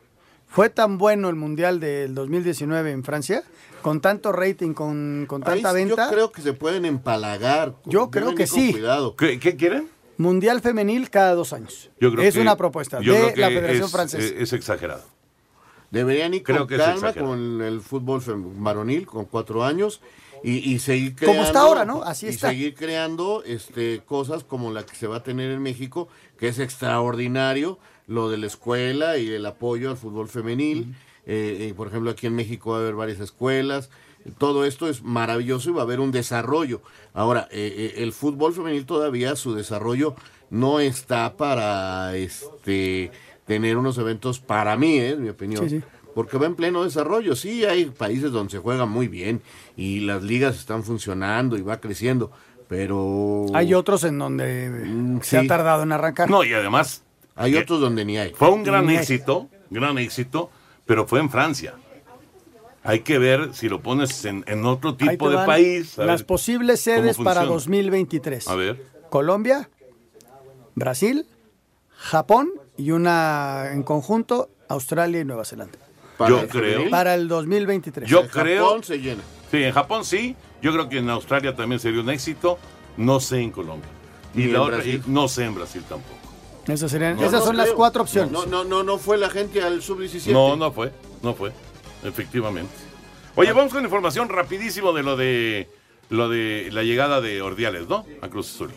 ¿Fue tan bueno el Mundial del 2019 en Francia? Con tanto rating, con tanta venta. Yo creo que se pueden empalagar. Yo creo que sí. Cuidado. ¿Qué quieren? Mundial femenil cada 2 años. Yo creo es que, una propuesta yo de creo que la Federación Francesa. Es exagerado. Deberían ir con calma con el fútbol varonil, con 4 años, y seguir creando. Como está ahora, ¿no? Así está. Y seguir creando cosas como la que se va a tener en México, que es extraordinario, lo de la escuela y el apoyo al fútbol femenil. Por ejemplo, aquí en México va a haber varias escuelas. Todo esto es maravilloso y va a haber un desarrollo. Ahora, el fútbol femenil todavía, su desarrollo no está para tener unos eventos, para mí, en mi opinión, Sí. porque va en pleno desarrollo. Sí, hay países donde se juega muy bien y las ligas están funcionando y va creciendo, pero... Hay otros en donde se ha tardado en arrancar. No, y además... Hay otros donde ni hay. Fue un gran éxito, pero fue en Francia. Hay que ver si lo pones en otro tipo de país. Las posibles sedes para 2023. A ver. Colombia, Brasil, Japón y una en conjunto, Australia y Nueva Zelanda. Yo creo. Para el 2023. Yo creo. Japón se llena. Sí, en Japón sí. Yo creo que en Australia también sería un éxito. No sé en Colombia. Ni Y en la otra, Brasil. no sé en Brasil tampoco. Esas serían, No, esas no son las creo. 4 opciones. No fue la gente al sub-17. No fue. Efectivamente. Oye, vamos con información rapidísimo de lo de la llegada de Ordiales, ¿no? A Cruz Azul.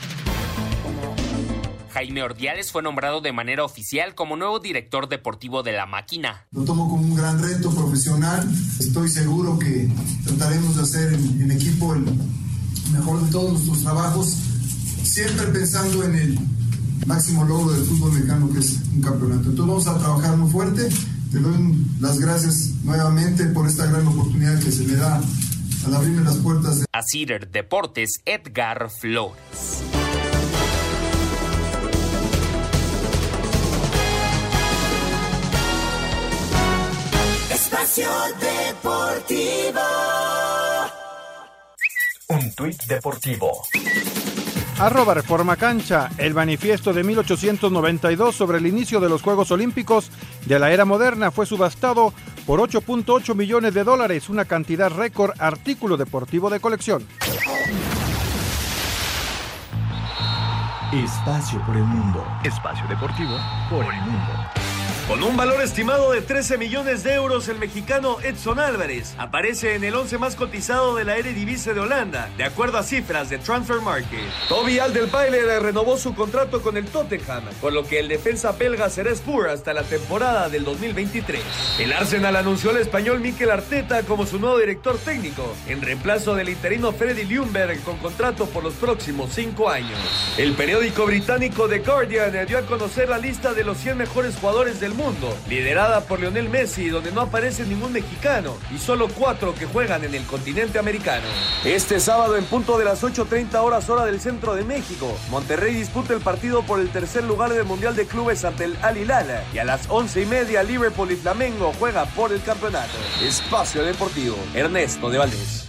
Jaime Ordiales fue nombrado de manera oficial como nuevo director deportivo de la Máquina. Lo tomo como un gran reto profesional. Estoy seguro que trataremos de hacer en equipo el mejor de todos nuestros trabajos, siempre pensando en el máximo logro del fútbol mexicano, que es un campeonato. Entonces vamos a trabajar muy fuerte. Te doy las gracias nuevamente por esta gran oportunidad que se me da al abrirme las puertas. A Cider Deportes, Edgar Flores. Espacio Deportivo. Un tuit deportivo. @Reforma Cancha, el manifiesto de 1892 sobre el inicio de los Juegos Olímpicos de la era moderna fue subastado por $8.8 millones, una cantidad récord, artículo deportivo de colección. Espacio por el mundo. Espacio deportivo por el mundo. Con un valor estimado de 13 millones de euros, el mexicano Edson Álvarez aparece en el 11 más cotizado de la Eredivisie de Holanda, de acuerdo a cifras de Transfer Market. Toby Alderweireld renovó su contrato con el Tottenham, por lo que el defensa belga será Spur hasta la temporada del 2023. El Arsenal anunció al español Mikel Arteta como su nuevo director técnico, en reemplazo del interino Freddy Ljungberg con contrato por los próximos 5 años. El periódico británico The Guardian dio a conocer la lista de los 100 mejores jugadores del mundo, liderada por Lionel Messi, donde no aparece ningún mexicano y solo 4 que juegan en el continente americano. Este sábado, en punto de las 8:30 horas hora del centro de México, Monterrey disputa el partido por el tercer lugar del Mundial de Clubes ante el Al Hilal, y a las 11:30 Liverpool y Flamengo juega por el campeonato. Espacio Deportivo, Ernesto de Valdés.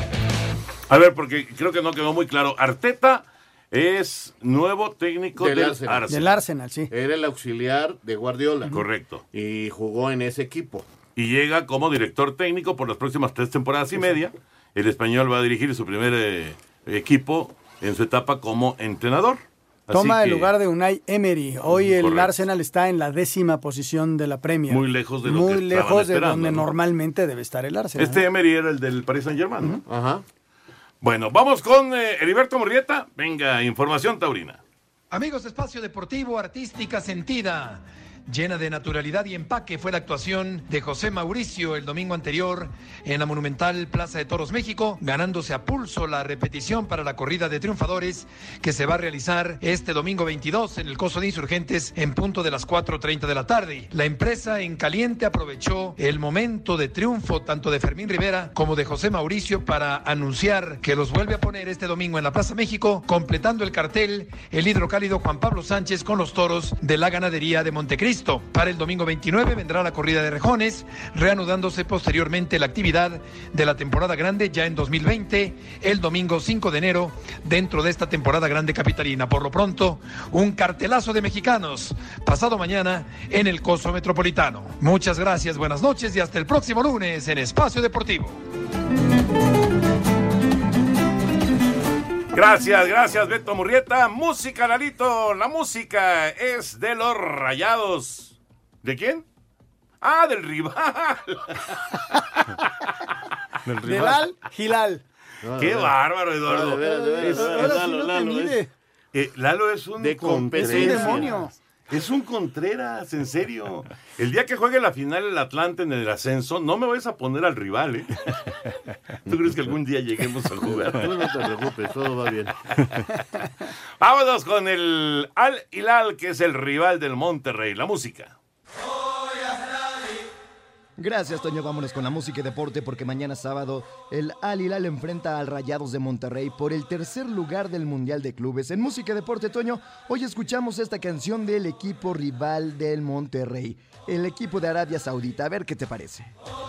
A ver, porque creo que no quedó muy claro. Arteta es nuevo técnico del Arsenal. Del Arsenal, sí. Era el auxiliar de Guardiola. Correcto. Y jugó en ese equipo. Y llega como director técnico por las próximas 3 temporadas y media. El español va a dirigir su primer equipo en su etapa como entrenador. Toma el lugar de Unai Emery. Hoy el Arsenal está en la 10ª posición de la Premier. Muy lejos de lo muy que estaban lejos de esperando, donde ¿no? normalmente debe estar el Arsenal. Este Emery era el del Paris Saint-Germain, ¿no? Ajá. Bueno, vamos con Heriberto Murrieta. Venga, información taurina. Amigos de Espacio Deportivo, artística sentida, llena de naturalidad y empaque, fue la actuación de José Mauricio el domingo anterior en la monumental Plaza de Toros México, ganándose a pulso la repetición para la corrida de triunfadores que se va a realizar este domingo 22 en el Coso de Insurgentes en punto de las 4:30 de la tarde. La empresa en caliente aprovechó el momento de triunfo tanto de Fermín Rivera como de José Mauricio para anunciar que los vuelve a poner este domingo en la Plaza México, completando el cartel el hidrocálido Juan Pablo Sánchez con los toros de la ganadería de Montecristo. Listo, para el domingo 29 vendrá la corrida de rejones, reanudándose posteriormente la actividad de la temporada grande ya en 2020, el domingo 5 de enero, dentro de esta temporada grande capitalina. Por lo pronto, un cartelazo de mexicanos, pasado mañana en el Coso Metropolitano. Muchas gracias, buenas noches y hasta el próximo lunes en Espacio Deportivo. Gracias, Beto Murrieta. Música, Lalito. La música es de los Rayados. ¿De quién? Ah, del rival. Del Al Hilal. Qué bárbaro, Eduardo. Lalo es un Contreras. Es un demonio. Es un Contreras, en serio. El día que juegue la final el Atlante en el ascenso, no me vayas a poner al rival, ¿eh? ¿Tú crees que algún día lleguemos a jugar? Tú no te preocupes, todo va bien. Vámonos con el Al Hilal, que es el rival del Monterrey. La música. Gracias, Toño. Vámonos con la música y deporte porque mañana sábado el Al Hilal enfrenta al Rayados de Monterrey por el tercer lugar del Mundial de Clubes. En música y deporte, Toño, hoy escuchamos esta canción del equipo rival del Monterrey, el equipo de Arabia Saudita. A ver qué te parece.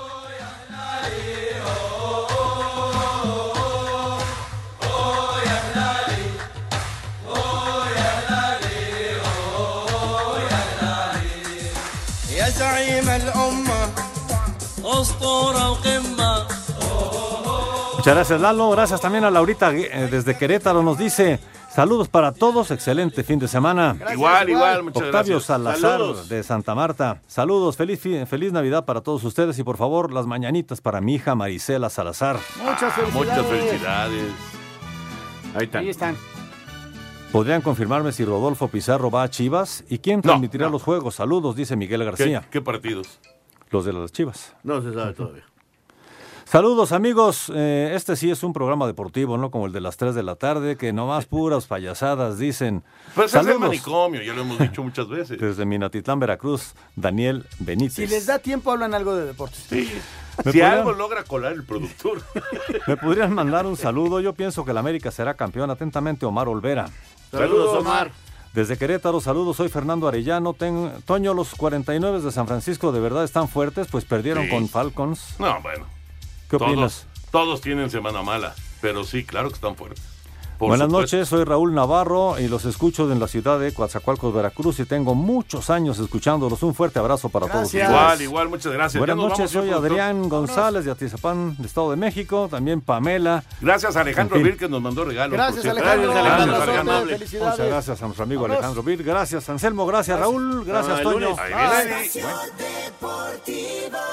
Muchas gracias, Lalo. Gracias también a Laurita desde Querétaro. Nos dice: saludos para todos, excelente fin de semana. Gracias, igual, muchas Octavio gracias. Salazar Saludos. de Santa Marta. Saludos, feliz Navidad para todos ustedes y por favor las mañanitas para mi hija Marisela Salazar. Muchas felicidades. Muchas felicidades. Ahí están. ¿Podrían confirmarme si Rodolfo Pizarro va a Chivas? ¿Y quién transmitirá los juegos? Saludos, dice Miguel García. ¿Qué partidos? Los de las Chivas. No se sabe todavía. Saludos, amigos. Este sí es un programa deportivo, ¿no? Como el de las 3 de la tarde, que nomás puras payasadas dicen. Pues es el manicomio, ya lo hemos dicho muchas veces. Desde Minatitlán, Veracruz, Daniel Benítez. Si les da tiempo, hablan algo de deportes. Sí. Si algo logra colar el productor. ¿Me podrían mandar un saludo? Yo pienso que el América será campeón. Atentamente, Omar Olvera. Saludos, Omar. Desde Querétaro, saludos, soy Fernando Arellano. Toño, los 49 de San Francisco de verdad están fuertes, pues perdieron con Falcons. No, bueno. ¿Qué opinas? Todos tienen semana mala, pero sí, claro que están fuertes. Buenas noches, soy Raúl Navarro y los escucho en la ciudad de Coatzacoalcos, Veracruz, y tengo muchos años escuchándolos. Un fuerte abrazo para todos. Igual, muchas gracias. Buenas noches, soy Adrián González de Atizapán, de Estado de México, también Pamela. Gracias a Alejandro Vir, que nos mandó regalos. Gracias, Alejandro. Muchas gracias a nuestro amigo Alejandro Vir. Gracias, Anselmo. Gracias, Raúl. Gracias, Toño. Espacio Deportivo.